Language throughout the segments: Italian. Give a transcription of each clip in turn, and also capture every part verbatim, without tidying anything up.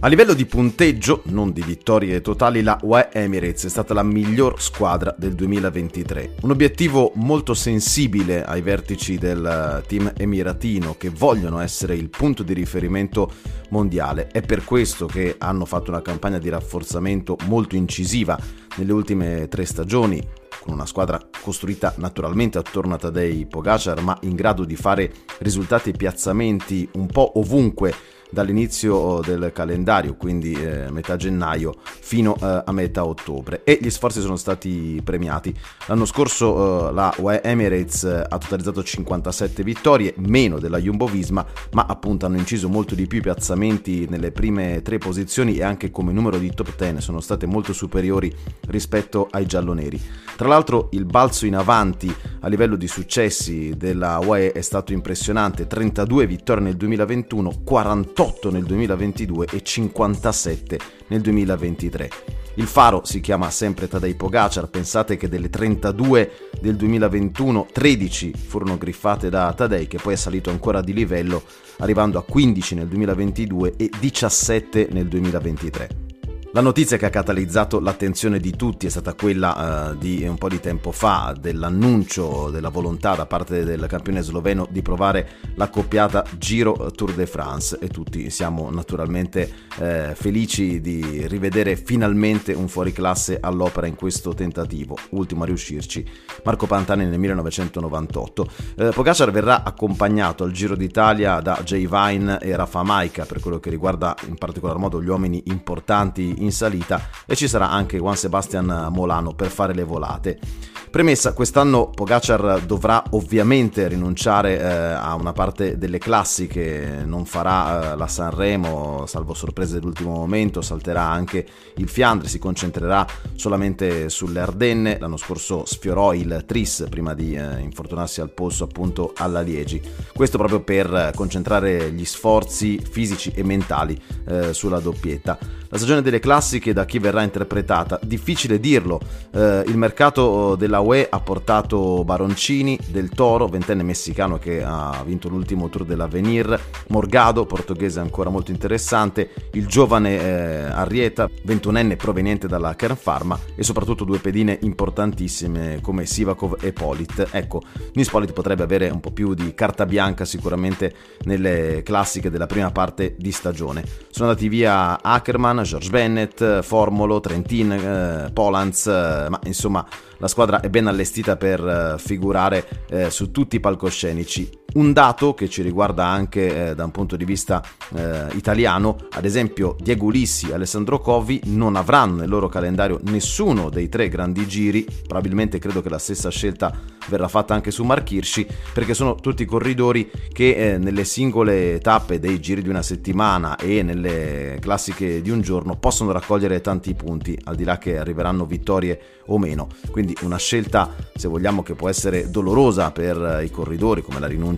A livello di punteggio, non di vittorie totali, la U A E Emirates è stata la miglior squadra del duemilaventitré. Un obiettivo molto sensibile ai vertici del team emiratino, che vogliono essere il punto di riferimento mondiale. È per questo che hanno fatto una campagna di rafforzamento molto incisiva nelle ultime tre stagioni, con una squadra costruita naturalmente attorno a Tadej Pogačar, ma in grado di fare risultati e piazzamenti un po' ovunque dall'inizio del calendario, quindi eh, metà gennaio fino eh, a metà ottobre, e gli sforzi sono stati premiati. L'anno scorso eh, la U A E Emirates ha totalizzato cinquantasette vittorie, meno della Jumbo-Visma, ma appunto hanno inciso molto di più i piazzamenti nelle prime tre posizioni, e anche come numero di top dieci sono state molto superiori rispetto ai gialloneri. Tra l'altro il balzo in avanti a livello di successi della U A E è stato impressionante: trentadue vittorie nel duemilaventuno, quarantotto nel duemilaventidue e cinquantasette nel duemilaventitré. Il faro si chiama sempre Tadej Pogačar. Pensate che delle trentadue del duemilaventuno, tredici furono griffate da Tadej, che poi è salito ancora di livello arrivando a quindici nel duemilaventidue e diciassette nel duemilaventitré. La notizia che ha catalizzato l'attenzione di tutti è stata quella uh, di un po' di tempo fa, dell'annuncio della volontà da parte del campione sloveno di provare l'accoppiata Giro Tour de France, e tutti siamo naturalmente eh, felici di rivedere finalmente un fuoriclasse all'opera in questo tentativo, ultimo a riuscirci Marco Pantani nel millenovecentonovantotto. Eh, Pogačar verrà accompagnato al Giro d'Italia da Jay Vine e Rafa Majka per quello che riguarda in particolar modo gli uomini importanti in salita, e ci sarà anche Juan Sebastian Molano per fare le volate. Premessa: quest'anno Pogačar dovrà ovviamente rinunciare eh, a una parte delle classiche, non farà eh, la Sanremo, salvo sorprese dell'ultimo momento, salterà anche il Fiandre, si concentrerà solamente sulle Ardenne. L'anno scorso sfiorò il Tris prima di eh, infortunarsi al polso appunto alla Liegi, questo proprio per concentrare gli sforzi fisici e mentali eh, sulla doppietta. La stagione delle classiche da chi verrà interpretata? Difficile dirlo. Eh, il mercato della U E ha portato Baroncini, Del Toro, ventenne messicano che ha vinto l'ultimo Tour dell'Avenir, Morgado, portoghese ancora molto interessante, il giovane eh, Arrieta, ventunenne proveniente dalla Kern Pharma, e soprattutto due pedine importantissime come Sivakov e Polit. Ecco, Nils Polit potrebbe avere un po' più di carta bianca sicuramente nelle classiche della prima parte di stagione. Sono andati via Ackermann, George Bennett, Formolo, Trentin, eh, Polans, eh, ma insomma la squadra è ben allestita per eh, figurare eh, su tutti i palcoscenici. Un dato che ci riguarda anche eh, da un punto di vista eh, italiano: ad esempio Diego Ulissi e Alessandro Covi non avranno nel loro calendario nessuno dei tre grandi giri. Probabilmente credo che la stessa scelta verrà fatta anche su Mark Hirschi, perché sono tutti corridori che eh, nelle singole tappe dei giri di una settimana e nelle classiche di un giorno possono raccogliere tanti punti, al di là che arriveranno vittorie o meno. Quindi una scelta, se vogliamo, che può essere dolorosa per i corridori, come la rinuncia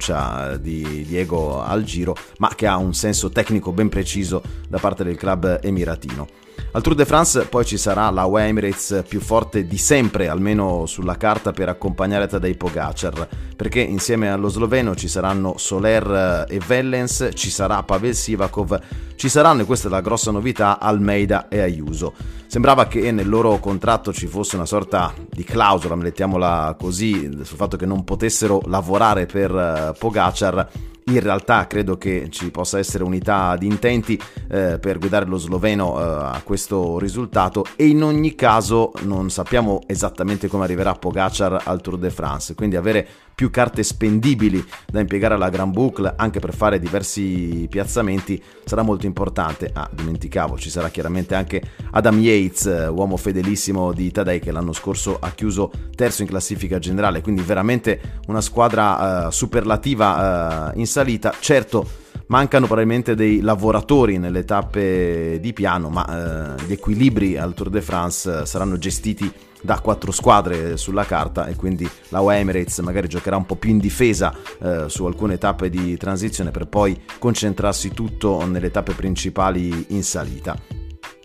di Diego al Giro, ma che ha un senso tecnico ben preciso da parte del club emiratino. Al Tour de France poi ci sarà la U A E Emirates più forte di sempre, almeno sulla carta, per accompagnare Tadej Pogačar, perché insieme allo sloveno ci saranno Soler e Wellens, ci sarà Pavel Sivakov, ci saranno, e questa è la grossa novità, Almeida e Ayuso. Sembrava che nel loro contratto ci fosse una sorta di clausola, mettiamola così, sul fatto che non potessero lavorare per Pogačar. In realtà credo che ci possa essere unità di intenti eh, per guidare lo sloveno eh, a questo risultato, e in ogni caso non sappiamo esattamente come arriverà Pogačar al Tour de France, quindi avere più carte spendibili da impiegare alla Grand Boucle anche per fare diversi piazzamenti sarà molto importante. Ah, dimenticavo, ci sarà chiaramente anche Adam Yates, uomo fedelissimo di Tadej, che l'anno scorso ha chiuso terzo in classifica generale, quindi veramente una squadra uh, superlativa uh, in salita. Certo, mancano probabilmente dei lavoratori nelle tappe di piano, ma uh, gli equilibri al Tour de France saranno gestiti da quattro squadre sulla carta, e quindi la U A E Emirates magari giocherà un po' più in difesa eh, su alcune tappe di transizione per poi concentrarsi tutto nelle tappe principali in salita.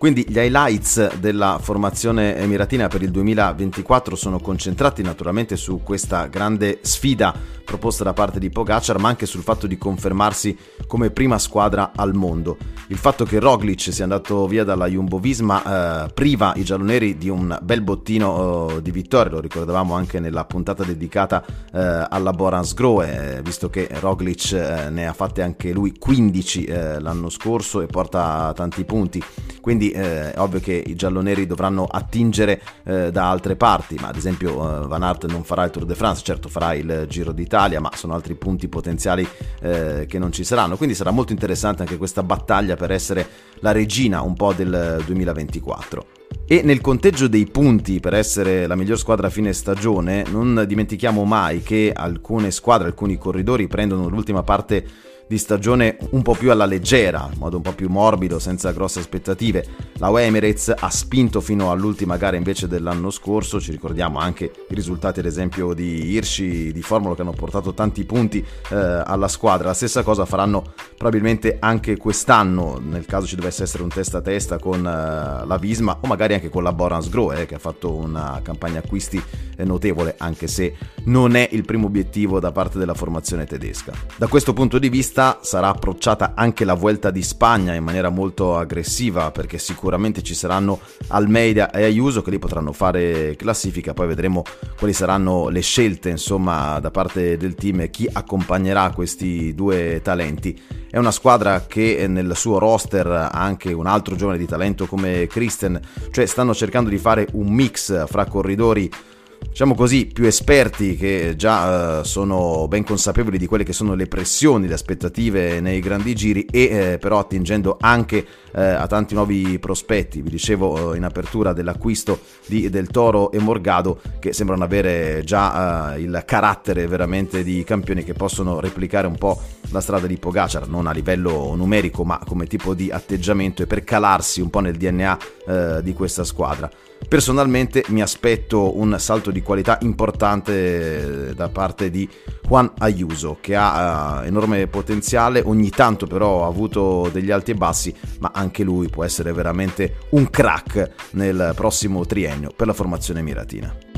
Quindi gli highlights della formazione emiratina per il duemilaventiquattro sono concentrati naturalmente su questa grande sfida proposta da parte di Pogačar, ma anche sul fatto di confermarsi come prima squadra al mondo. Il fatto che Roglic sia andato via dalla Jumbo-Visma eh, priva i gialloneri di un bel bottino eh, di vittorie, lo ricordavamo anche nella puntata dedicata eh, alla Bora-Hansgrohe, eh, visto che Roglic eh, ne ha fatte anche lui quindici eh, l'anno scorso e porta tanti punti. Quindi eh, è ovvio che i gialloneri dovranno attingere eh, da altre parti, ma ad esempio eh, Van Aert non farà il Tour de France, certo farà il Giro d'Italia, ma sono altri punti potenziali eh, che non ci saranno, quindi sarà molto interessante anche questa battaglia per essere la regina un po' del duemilaventiquattro. E nel conteggio dei punti per essere la miglior squadra a fine stagione non dimentichiamo mai che alcune squadre, alcuni corridori prendono l'ultima parte di stagione un po' più alla leggera, in modo un po' più morbido, senza grosse aspettative. La U A E Emirates ha spinto fino all'ultima gara invece dell'anno scorso, ci ricordiamo anche i risultati ad esempio di Hirschi, di Formolo, che hanno portato tanti punti eh, alla squadra. La stessa cosa faranno probabilmente anche quest'anno, nel caso ci dovesse essere un testa a testa con eh, la Visma o magari anche con la Bora-Hansgrohe, eh, che ha fatto una campagna acquisti eh, notevole, anche se non è il primo obiettivo da parte della formazione tedesca. Da questo punto di vista sarà approcciata anche la Vuelta di Spagna in maniera molto aggressiva, perché sicuramente ci saranno Almeida e Ayuso che lì potranno fare classifica, poi vedremo quali saranno le scelte insomma da parte del team e chi accompagnerà questi due talenti. È una squadra che nel suo roster ha anche un altro giovane di talento come Christen, cioè stanno cercando di fare un mix fra corridori diciamo così più esperti che già uh, sono ben consapevoli di quelle che sono le pressioni, le aspettative nei grandi giri e eh, però attingendo anche eh, a tanti nuovi prospetti. Vi dicevo uh, in apertura dell'acquisto di Del Toro e Morgado, che sembrano avere già uh, il carattere veramente di campioni che possono replicare un po' la strada di Pogačar, non a livello numerico ma come tipo di atteggiamento e per calarsi un po' nel D N A uh, di questa squadra. Personalmente mi aspetto un salto di qualità importante da parte di Juan Ayuso, che ha uh, enorme potenziale, ogni tanto però ha avuto degli alti e bassi, ma anche lui può essere veramente un crack nel prossimo triennio per la formazione emiratina.